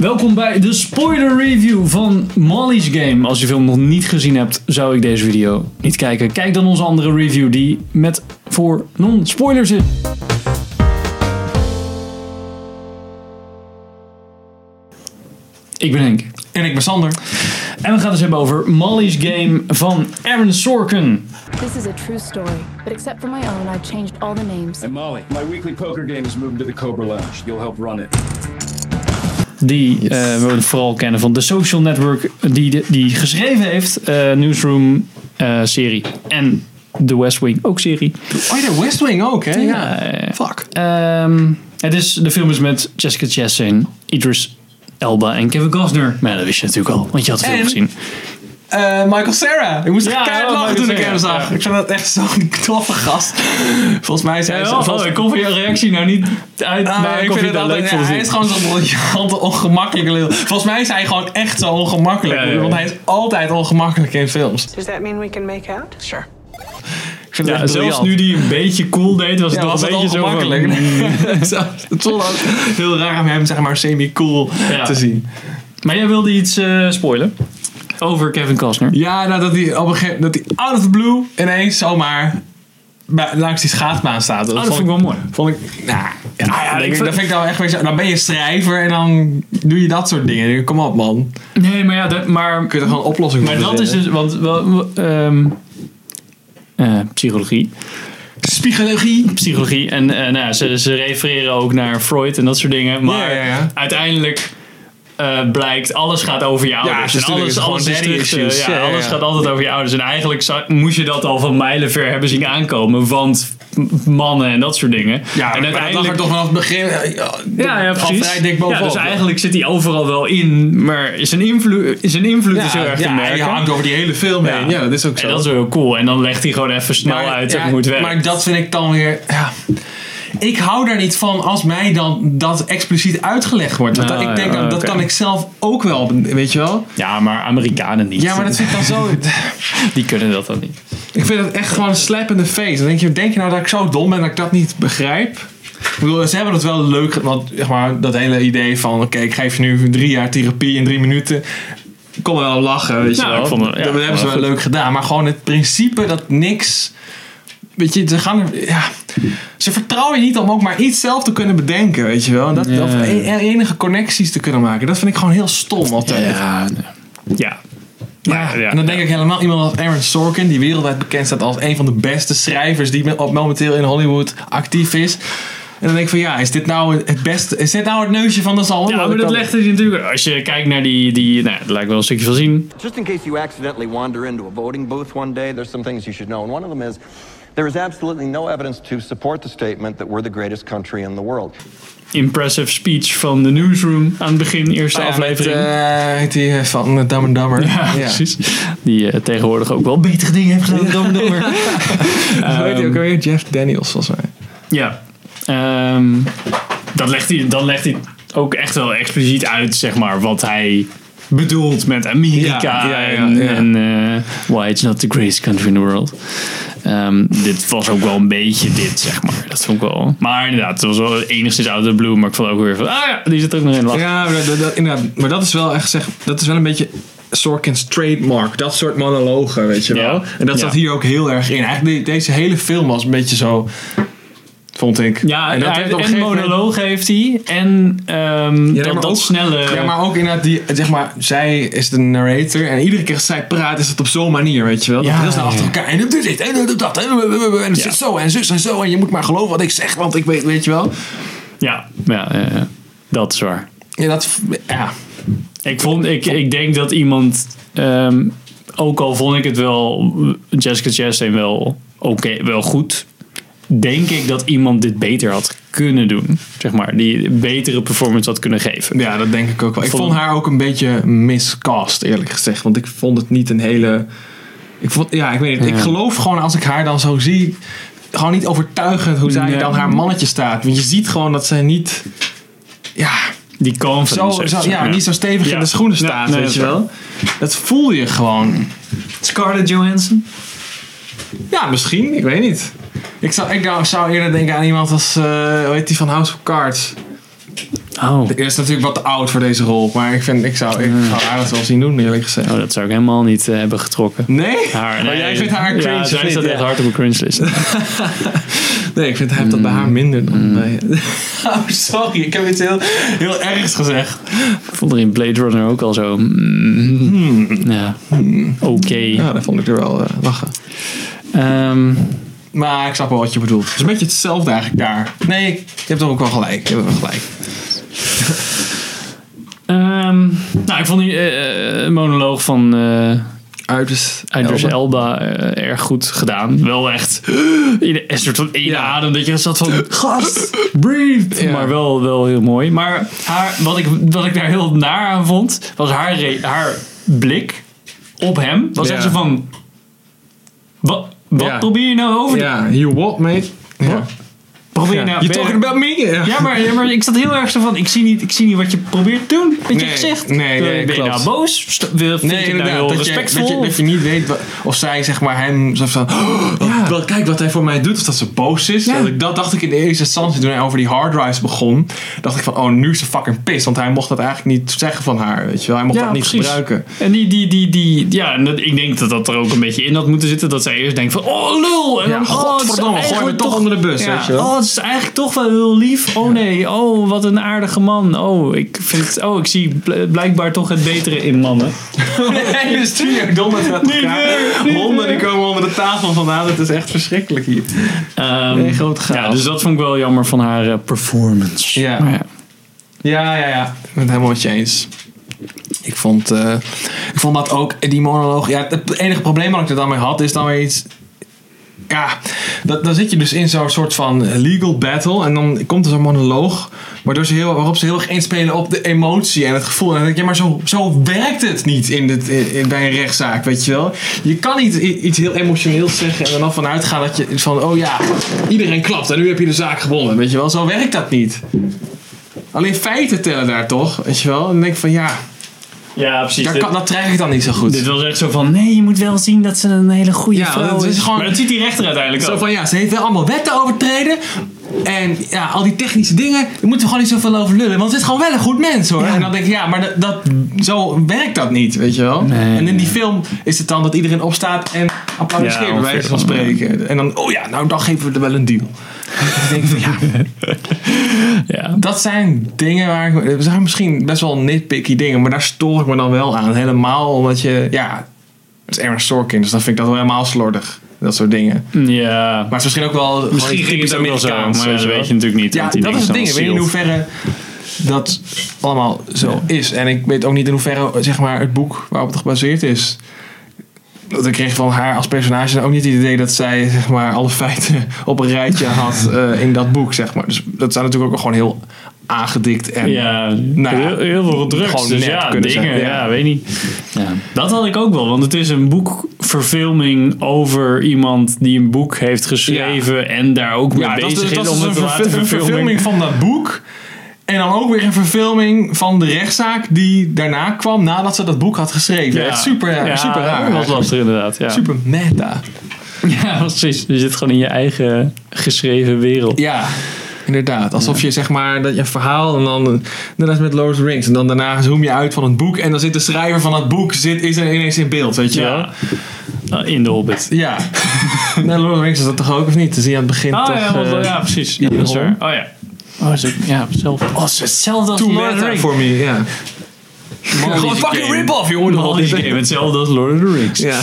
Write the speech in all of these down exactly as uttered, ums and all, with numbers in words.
Welkom bij de spoiler review van Molly's Game. Als je de film nog niet gezien hebt, zou ik deze video niet kijken. Kijk dan onze andere review die met voor non-spoilers is. Ik ben Henk. En ik ben Sander. En we gaan het hebben over Molly's Game van Aaron Sorkin. This is a true story, but except for my own, I've changed all the names. Hey Molly, my weekly poker game is moving to the Cobra Lounge. You'll help run it. Die yes. uh, we vooral kennen van The Social Network, die, die geschreven heeft, uh, Newsroom uh, serie en The West Wing ook serie. Oh ja, The West Wing ook, hè? Ja. ja. Fuck. Um, het is, de film is met Jessica Chastain, Idris Elba en Kevin Costner. Maar dat wist je natuurlijk al, want je had de film en, gezien. Uh, Michael Cera. Ik moest ja, keihard lachen toen ik hem zag. Ja. Ik vond dat echt zo'n toffe gast. Volgens mij zei ja, ze... Oh, volgens... ik kom van jouw reactie nou niet uit. Uh, naar ik vind het altijd, ja, hij is gewoon zo'n briljant, ongemakkelijke lul. Volgens mij is hij gewoon echt zo ongemakkelijk. Ja, ja, ja. Want hij is altijd ongemakkelijk in films. Does that mean we can make out? Sure. Ik vind ja, het zelfs nu die een beetje cool deed, was het ja, toch was een beetje zo ongemakkelijk. Het voelde heel raar om hem zeg maar semi-cool ja. te zien. Maar jij wilde iets uh, spoilen over Kevin Costner. Ja, nou dat hij op een gegeven dat hij out of the blue ineens zomaar bij, langs die schaatsbaan staat. Dat, oh, dat vond ik wel mooi. Vond ik, nou, ja, ja, ja, ik, vind, dat vind ik dan echt weer zo. Dan ben je schrijver en dan doe je dat soort dingen. Kom op, man. Nee, maar ja, dat, maar kun je er gewoon oplossingen voor Maar dat is dus, want wel, um, uh, psychologie. Psychologie. Psychologie. En uh, nou ja, ze, ze refereren ook naar Freud en dat soort dingen. Maar ja, ja, ja. uiteindelijk uh, blijkt, alles gaat over je ouders. Ja, en alles, alles, is terug, uh, ja, ja, alles ja. gaat altijd over je ouders. En eigenlijk zou, moest je dat al van mijlenver hebben zien aankomen. Want mannen en dat soort dingen. Ja, en uiteindelijk lag er toch vanaf het begin ja, ja, ja, precies. vrij dik bovenop. Ja, dus eigenlijk zit hij overal wel in. Maar zijn invloed, zijn invloed ja, is heel erg ja, te merken. Ja, hij hangt over die hele film heen. Ja. ja, dat is ook zo. En dat is wel cool. En dan legt hij gewoon even snel maar, uit ja, hoe het werkt. Maar dat vind ik dan weer... Ja. Ik hou daar niet van als mij dan dat expliciet uitgelegd wordt. Want nou, ik denk, ja, dat, dat okay. kan ik zelf ook wel, weet je wel. Ja, maar Amerikanen niet. Ja, maar dat vind ik dan zo... Die kunnen dat dan niet. Ik vind het echt gewoon een slap in the face. Dan denk je, denk je nou dat ik zo dom ben dat ik dat niet begrijp? Ik bedoel, ze hebben het wel leuk... Want zeg maar, dat hele idee van... Oké, okay, ik geef je nu drie jaar therapie in drie minuten... Ik kon wel lachen, weet je nou, wel. Ik vond het, ja, dat hebben ze wel goed. leuk gedaan. Maar gewoon het principe dat niks... Weet je, ze gaan ja, ze vertrouwen je niet om ook maar iets zelf te kunnen bedenken, weet je wel. En dat, ja. Of enige connecties te kunnen maken. Dat vind ik gewoon heel stom altijd. Ja, ja. Ja, ja, en dan denk ik helemaal iemand als Aaron Sorkin, die wereldwijd bekend staat als een van de beste schrijvers die momenteel in Hollywood actief is. En dan denk ik van ja, is dit nou het beste? Is dit nou het neusje van de zalm? Ja, maar dat legt het natuurlijk. Als je kijkt naar die, die nou, dat lijkt wel een stukje van zien. Just in case you accidentally wander into a voting booth one day, there's some things you should know. And one of them is there is absolutely no evidence to support the statement that we're the greatest country in the world. Impressive speech van de Newsroom aan het begin, eerste oh ja, aflevering. Met, uh, heet die uh, van uh, Dumb and Dumber. Ja, ja, precies. Die uh, tegenwoordig ook wel betere dingen heeft gedaan dan Dumb and Dumber. Hoe heet hij ook alweer? Jeff Daniels, volgens mij. Ja. Um, dat legt hij, dan legt hij ook echt wel expliciet uit, zeg maar, wat hij bedoelt met Amerika. Ja, ja, ja, en, ja. en uh, why it's not the greatest country in the world. Um, dit was ook wel een beetje dit, zeg maar. Dat vond ik wel. Maar inderdaad, het was wel enigszins out of the blue. Maar ik vond ook weer van, ah ja, die zit er ook nog in. Wacht. Ja, maar dat, dat, inderdaad. Maar dat is wel echt, zeg, dat is wel een beetje Sorkin's trademark. Dat soort monologen, weet je wel. Ja. En dat zat ja. hier ook heel erg in. Eigenlijk deze hele film was een beetje zo... Vond ik. Ja, en, dat hij, heeft en monoloog heeft hij. En um, ja, dat, dat ook, snelle... Ja, maar ook inderdaad, die, zeg maar, zij is de narrator. En iedere keer als zij praat, is het op zo'n manier, weet je wel. Dat ja, heel snel achter elkaar. En doet dit, en doet dat. En het ja. zit zo, en zus en zo. En je moet maar geloven wat ik zeg, want ik weet, weet je wel. Ja, ja, ja, dat is waar. Ja, dat... Ja. Ik, vond, ik, ik denk dat iemand... Um, ook al vond ik het wel... Jessica Chastain wel oké, okay, wel goed... denk ik dat iemand dit beter had kunnen doen. Zeg maar, die betere performance had kunnen geven. Ja, dat denk ik ook wel. Ik vond haar ook een beetje miscast, eerlijk gezegd. Want ik vond het niet een hele... Ik vond, ja, ik weet niet. Ja. Ik geloof gewoon als ik haar dan zo zie... gewoon niet overtuigend hoe zij ja. dan haar mannetje staat. Want je ziet gewoon dat zij niet... Ja... Die confidence. Zo, zo, ja, ja, niet zo stevig ja. in de schoenen staat, ja, nee, weet je wel. Dat voel je gewoon. Scarlett Johansson? Ja, misschien. Ik weet niet. Ik zou, ik zou eerder denken aan iemand als... Uh, hoe heet die van House of Cards? Oh. De eerste is natuurlijk wat te oud voor deze rol. Maar ik, vind, ik, zou, ik zou haar dat wel zien doen, eerlijk gezegd. Oh, dat zou ik helemaal niet uh, hebben getrokken. Nee? Haar, maar nee. jij vindt haar cringe? Ja, zij niet, staat echt ja. hard op een cringe list. Nee, ik vind hij heeft dat bij haar minder dan Mm. bij... Oh, sorry. Ik heb iets heel, heel ergs gezegd. Ik vond er in Blade Runner ook al zo... Mm, Hmm. Ja, oké. Okay. Ja, daar vond ik er wel uh, lachen. Um, maar ik snap wel wat je bedoelt. Het is een beetje hetzelfde eigenlijk daar. Nee, je hebt toch ook wel gelijk. Je hebt wel gelijk. um, nou, ik vond die uh, monoloog van... Uh, Idris Idris Elba, Elba uh, erg goed gedaan. Wel echt in een soort van één ja. adem dat je zat van gast, breathe. Ja. Maar wel, wel heel mooi. Maar haar, wat, ik, wat ik daar heel naar aan vond, was haar, re, haar blik op hem. Was ja. echt zo van, wat, wat ja. probeer je nou over? Ja, you what, mate? Ja. Probeer je ja. nou... You talking about me? Ja. Ja, maar, ja, maar ik zat heel erg zo van, ik zie niet, ik zie niet wat je probeert te doen. Wat nee, je gezegd. Nee, nee, ben je klopt. nou boos? Vind je nee, nou heel dat respectvol? Je, dat, je, dat je niet weet wat, of zij zeg maar hem zo van, oh, ja. wat, kijk wat hij voor mij doet, of dat ze boos is. Ja. Dat, ik, dat dacht ik in de eerste instantie toen hij over die hard drives begon. Dacht ik van, oh, nu is ze fucking pissed. Want hij mocht dat eigenlijk niet zeggen van haar, weet je wel. Hij mocht ja, dat niet precies. gebruiken. En die, die, die, die ja, en dat, ik denk dat dat er ook een beetje in had moeten zitten. Dat zij eerst denkt van, oh lul. En ja, dan, godverdomme, oh, gooi me toch onder de bus, ja, weet je wel. Oh, het is eigenlijk toch wel heel lief. Oh nee, oh, wat een aardige man. Oh, ik vind, oh, ik zie blijkbaar toch het betere in mannen. Nee, de studio donderd met elkaar. Honden die komen onder de tafel vandaan. Het is echt verschrikkelijk hier. Um, nee, groot chaos. Ja, dus dat vond ik wel jammer van haar uh, performance. Ja. Maar ja. Ja, ja, ja. Ik ben het helemaal met je eens. Ik vond, uh, ik vond dat ook, die monoloog... Ja, het enige probleem wat ik er dan mee had, is dan weer iets... Ja, dat, dan zit je dus in zo'n soort van legal battle. En dan komt er zo'n monoloog waardoor ze heel, waarop ze heel erg inspelen op de emotie en het gevoel. En dan denk ik, ja, maar zo, zo werkt het niet in dit, in, bij een rechtszaak, weet je wel. Je kan niet iets heel emotioneels zeggen en er dan vanuit gaan dat je van, oh ja, iedereen klapt en nu heb je de zaak gewonnen, weet je wel. Zo werkt dat niet. Alleen feiten tellen daar toch, weet je wel. En dan denk ik van, ja... Ja, precies. Dat, kan, dat krijg ik dan niet zo goed. Dit was echt zo van, nee, je moet wel zien dat ze een hele goede ja, vrouw dat is. is. Gewoon, maar dat ziet die rechter uiteindelijk zo ook. van, ja, ze heeft wel allemaal wetten overtreden. En ja, al die technische dingen, daar moeten we gewoon niet zoveel over lullen. Want het is gewoon wel een goed mens, hoor. Ja. En dan denk ik, ja, maar dat, dat, zo werkt dat niet, weet je wel. Nee. En in die film is het dan dat iedereen opstaat en applaudisseert, ja, bij wijze van spreken. En dan, oh ja, nou dan geven we er wel een deal. En ik denk van, ja, ja. Dat zijn dingen waar ik... Er zijn misschien best wel nitpicky dingen, maar daar stoor ik me dan wel aan. Helemaal omdat je... Ja, het is Aaron Sorkin, dus dan vind ik dat wel helemaal slordig. Dat soort dingen. Ja. Maar het is misschien ook wel... Misschien ging het ook wel zo, maar dat weet je natuurlijk niet. Ja, dat is het ding. Ik weet niet in hoeverre dat allemaal zo ja. is. En ik weet ook niet in hoeverre zeg maar, het boek waarop het gebaseerd is... Dat ik kreeg van haar als personage ook niet het idee dat zij zeg maar, alle feiten op een rijtje had uh, in dat boek. Zeg maar. Dus dat zijn natuurlijk ook gewoon heel aangedikt. En, ja, nou, heel, heel veel drugs. Dus ja, dingen. Zijn, ja. ja, weet niet. Ja. Dat had ik ook wel. Want het is een boekverfilming over iemand die een boek heeft geschreven. Ja. En daar ook mee ja, bezig dat is. Dat is om een, het te verfil- laten een verfilming van dat boek. En dan ook weer een verfilming van de rechtszaak die daarna kwam nadat ze dat boek had geschreven. Ja. Super, ja, super raar. Dat was lastig inderdaad. Ja. Super meta. Ja, precies. Je zit gewoon in je eigen geschreven wereld. Ja, inderdaad. Alsof ja. je zeg maar dat je een verhaal en dan net als met Lord of the Rings en dan daarna zoom je uit van het boek en dan zit de schrijver van het boek zit, is er ineens in beeld, weet je ja. wel? In de Hobbit. Ja. Nee, Lord of the Rings is dat toch ook of niet? Dan zie je aan het begin oh, toch... Ja, want, uh, ja, precies. Ja, dat is waar. Oh ja. Oh, is ook, ja, hetzelfde. Oh, het is hetzelfde als Too Lord of the Rings. voor me, ja. Gewoon fucking rip-off, jongen. Al die game hetzelfde als Lord of the Rings. Ja.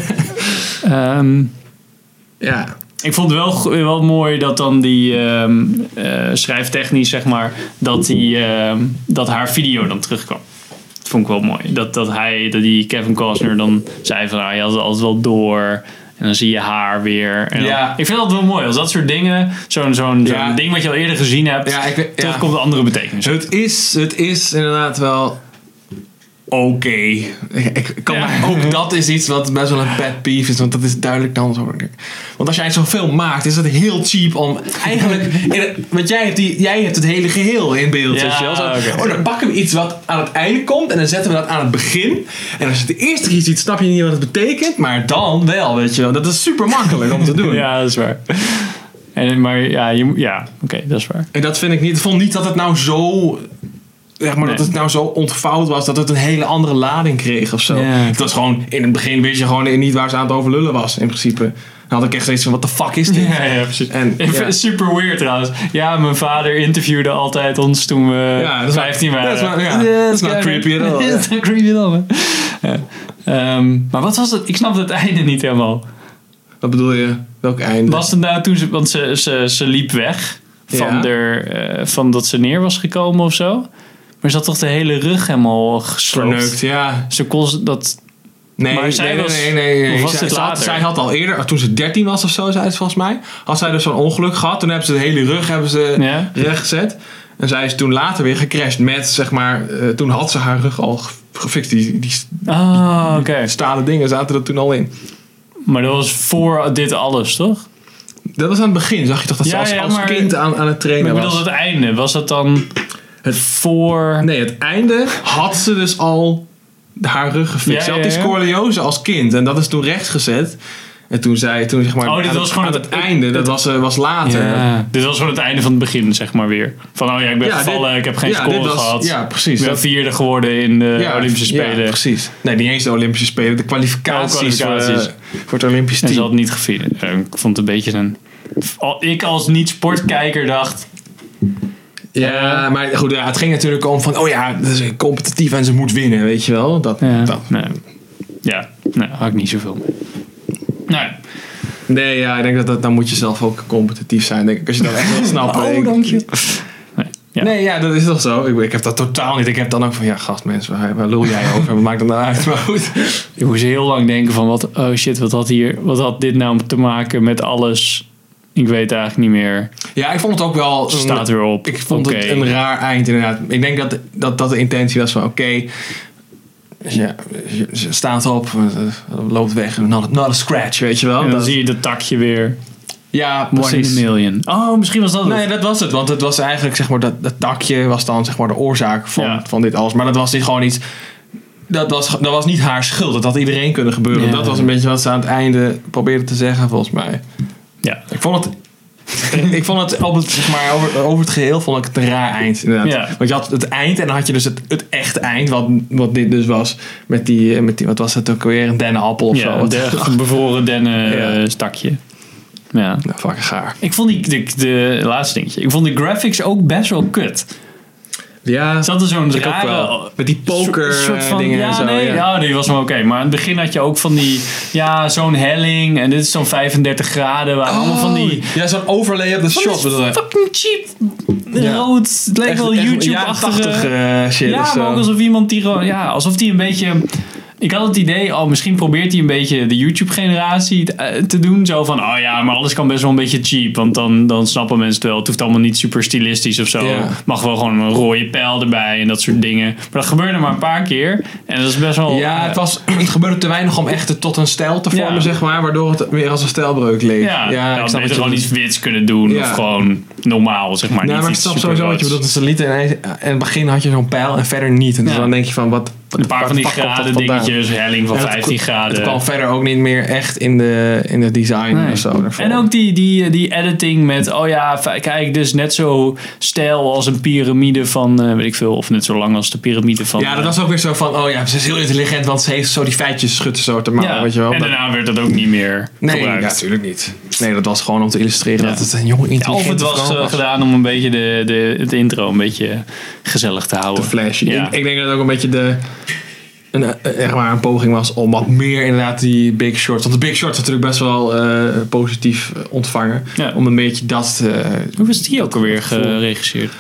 um, ja. Ik vond het wel, wel mooi dat dan die um, uh, schrijftechnisch, zeg maar, dat, die, um, dat haar video dan terugkwam. Dat vond ik wel mooi. Dat, dat hij, dat die Kevin Costner dan zei van, nou, je had het altijd wel door... En dan zie je haar weer. En ja. dan, ik vind dat wel mooi. Als dat soort dingen, zo'n, zo'n, ja. zo'n ding wat je al eerder gezien hebt, ja, ik, ja. terugkomt een andere betekenis. Het is, het is inderdaad wel oké. Okay. Ik, ik kan ja. Ook dat is iets wat best wel een pet peeve is. Want dat is duidelijk dan zo. Want als jij zo'n film maakt, is het heel cheap om eigenlijk... in, want jij hebt, die, jij hebt het hele geheel in beeld. Ja, weet je wel? Zo, okay. Oh, dan pakken we iets wat aan het einde komt. En dan zetten we dat aan het begin. En als je de eerste keer ziet, snap je niet wat het betekent. Maar dan wel, weet je wel. Dat is super makkelijk om te doen. Ja, dat is waar. En, maar ja, je, ja oké, okay, dat is waar. En dat vind ik niet. Ik vond niet dat het nou zo zeg maar, Nee. dat het nou zo ontvouwd was dat het een hele andere lading kreeg of zo. Ja. Het was gewoon, in het begin wist je gewoon niet waar ze aan het overlullen was, in principe. Dan had ik echt zoiets van, what the fuck is dit? Ja, ja, precies. En, Ik vind ja. het super weird trouwens. Ja, mijn vader interviewde altijd ons toen we Ja, dat is wel- vijftien waren. dat is wel- ja, dat is not creepy at all, ja. Dat is not creepy at all, man. Ja. Ehm, maar wat was het? Ik snapte het einde niet helemaal. Wat bedoel je? Welk einde? Was het nou toen ze... Want ze, ze, ze liep weg van, Ja. der, eh, van dat ze neer was gekomen of zo. Maar ze had toch de hele rug helemaal gesloopt. Verneukt, ja. Ze kon ze- dat... Nee, Maar zij nee, was- nee, nee, nee. of was zij, dit zij had, later? zij had al eerder, toen ze dertien was of zo, zei het volgens mij, had zij dus zo'n ongeluk gehad. Toen hebben ze de hele rug hebben ze Ja. rechtgezet. En zij is toen later weer gecrashed met, zeg maar, uh, toen had ze haar rug al ge- gefixt. Die, die Ah, oké. stalen dingen zaten er toen al in. Maar dat was voor dit alles, toch? Dat was aan het begin, zag je toch dat ze Ja, als, ja, als maar- kind aan, aan het Maar trainen ik bedoel was. het einde. Was dat dan Het- voor... Nee, het einde had ze dus al haar rug gefixt. Ja, Ze had ja, die ja. scoliose als kind en dat is toen rechtgezet. En toen zei, toen zeg maar, Oh, dit aan, was het, gewoon aan het- het einde, dat was, uh, was later. Ja, dit was gewoon het einde van het begin, zeg maar weer. Van, oh ja, ik ben Ja, gevallen, dit- ik heb geen ja, score dit was- gehad. ja, precies. Ik ben Dat- vierde geworden in de Ja, Olympische Spelen. Ja, precies. Nee, niet eens de Olympische Spelen. De kwalificaties, Oh, kwalificaties. Voor, uh, voor het Olympisch En team. ze had niet gevielen. Ik vond het een beetje een... Ik als niet-sportkijker dacht... Ja, maar goed, ja, het ging natuurlijk om van... Oh ja, dat is competitief en ze moet winnen, weet je wel. Dat, Ja, dat. nee, ja, nee, had ik niet zoveel mee. Nee. Nee, ja, ik denk dat, dat dan moet je zelf ook competitief zijn. Denk ik, als je dat echt wil snappen. Oh, Ik- dank je. Nee, ja. Nee, ja, dat is toch zo. Ik, ik heb dat totaal niet. Ik heb dan ook van, ja, gast mensen, waar, waar lul jij over? Wat maakt dat nou uit? Maar goed. Ik moest heel lang denken van, wat, oh shit, wat had, hier, wat had dit nou te maken met alles? Ik weet eigenlijk niet meer. Ja, ik vond het ook wel... een- Staat weer op. Ik vond Oké. het een raar eind inderdaad. Ik denk dat dat, dat de intentie was van, oké... ja, ze staat op, uh, loopt weg, not, not a scratch, weet je wel. En dan Dat- zie je dat takje weer. ja, One in precies. a million. Oh, misschien was dat het. Nee, dat was het. Want het was eigenlijk, zeg maar, dat, dat takje was dan, zeg maar, de oorzaak van, Ja. van dit alles. Maar dat was niet gewoon iets... Dat was, dat was niet haar schuld. Dat had iedereen kunnen gebeuren. Ja. Dat was een beetje wat ze aan het einde probeerde te zeggen, volgens mij. Ja. Ik vond het... ik vond het, op het, zeg maar, over, over het geheel vond ik het een raar eind. Inderdaad. Ja. Want je had het eind en dan had je dus het, het echte eind. Wat, wat dit dus was. Met die, met die, wat was het ook weer? Een dennenappel of Ja, zo. een de- bevroren dennen Ja. eh, stakje. Ja. Nou, fucking gaar. Ik vond die, de, de laatste dingetje. Ik vond de graphics ook best wel kut. Ja, Ze hadden zo'n ik ook rare... wel. Met die poker soort, soort van, dingen ja, en zo. nee, ja. ja, die was maar oké. Maar aan het begin had je ook van die... Ja, zo'n helling. En dit is zo'n vijfendertig graden. Waar allemaal van die... Ja, zo'n overlay op de van shot die bedoel je. fucking cheap Ja. rood. Het leek wel YouTube-achtige... tachtig uh, shit Ja, of zo. maar ook alsof iemand die gewoon... Ja, alsof die een beetje... Ik had het idee, oh, misschien probeert hij een beetje de YouTube-generatie te, te doen. Zo van, oh ja, maar alles kan best wel een beetje cheap. Want dan, dan snappen mensen het wel. Het hoeft allemaal niet super stilistisch of zo. Ja. Mag wel gewoon een rode pijl erbij en dat soort dingen. Maar dat gebeurde maar een paar keer. En dat is best wel... Ja, het, was, het gebeurde te weinig om echt het tot een stijl te vormen, Ja. zeg maar. Waardoor het weer als een stijlbreuk leek. Ja, ja, ik had snap beter wat je gewoon iets bedoelt. wits kunnen doen. Ja. Of gewoon normaal, zeg maar. Ja, niet maar ik iets snap super sowieso wat je groots. bedoelt. Dus ze lieten ineens, in het begin had je zo'n pijl en verder niet. En dus Ja. dan denk je van, wat... Een paar van die waar de fuck komt dat graden vandaan? dingetjes. Helling van En het- vijftien graden. Het kwam verder ook niet meer echt in de, in de design Nee. of zo. daarvoor. En ook die, die, die editing met, oh ja, f- kijk, dus net zo stijl als een piramide van, eh, weet ik veel, of net zo lang als de piramide van... Ja, dat was ook weer zo van, oh ja, ze is heel intelligent, want ze heeft zo die feitjes schutten zo te maken, ja, weet je wel. en Dat- daarna werd dat ook niet meer nee, gebruikt. ja, natuurlijk niet. Nee, dat was gewoon om te illustreren Ja. dat het een jonge Ja, of intelligente het was vrouw eh, gedaan om een beetje de, de, het intro een beetje gezellig te houden. De flash. Ja. Ik, ik denk dat het ook een beetje de... Een, eh, echt maar een poging was om wat meer inderdaad die Big Short... Want de Big Short is natuurlijk best wel eh, positief eh, ontvangen. Ja. Om een beetje dat... eh, Hoe is die ook alweer geregisseerd?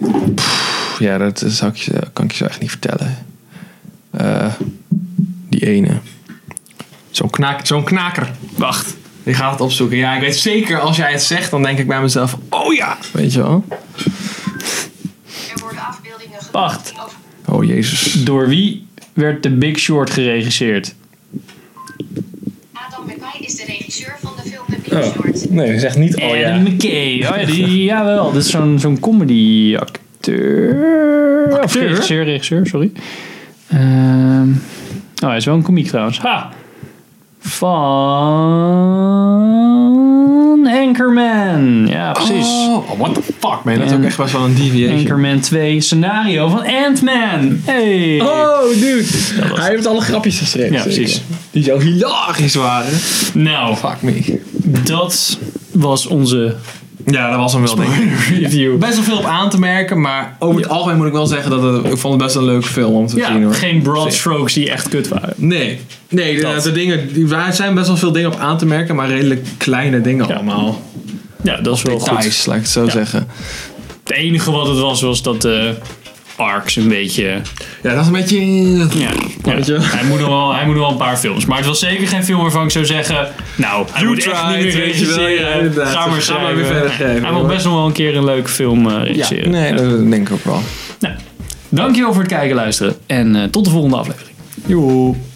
ja, dat zou ik je, kan ik je zo echt niet vertellen. Eh, die ene. Zo'n, knaak, zo'n knaker. Wacht. Die gaat het opzoeken. Ja, ik weet zeker als jij het zegt, dan denk ik bij mezelf... Oh ja! Weet je wel? Er worden afbeeldingen gemaakt Wacht. die over Oh jezus. Door wie werd The Big Short geregisseerd? Adam McKay is de regisseur van de film The Big Short. Nee, dat zegt niet oh ja. Adam McKay. Oh ja, die, jawel. Dat is zo'n zo'n comedy acteur. Of Acteur? regisseur, regisseur, sorry. Ehm oh, hij is wel een komiek trouwens. Ha! Van Anchorman. Ja, precies. Oh, what the fuck, man. Dat is En ook echt best wel een deviation. Anchorman twee, scenario van Ant-Man. Hey. Oh, dude. Hij heeft alle grapjes geschreven. Ja, precies. Zeker. Die zo hilarisch waren. Nou, Fuck me. dat was onze Ja, dat was hem wel, denk ik. review. Best wel veel op aan te merken, maar over het Ja. algemeen moet ik wel zeggen dat het, ik vond het best een leuke film om te Ja, zien, hoor. geen broad strokes die echt kut waren. Nee. Nee, de, Dat. de dingen, die- er zijn best wel veel dingen op aan te merken, maar redelijk kleine dingen Ja. allemaal. Ja, dat is wel Details, goed. laat ik het zo Ja. zeggen. Het enige wat het was, was dat de arcs een beetje... Ja, dat is een beetje... Ja, ja. Weet je? Hij, moet nog wel, hij moet nog wel een paar films. Maar het was zeker geen film waarvan ik zou zeggen... Nou, hij You moet echt tried, niet meer weet je wel, regisseren. ja, inderdaad. Ga maar Ga maar schrijven. weer verder schrijven, Hij mag hoor. best nog wel een keer een leuke film uh, Ja, regisseren. nee, dat denk ik ook wel. Nou, dankjewel voor het kijken en luisteren. En uh, tot de volgende aflevering. Joe.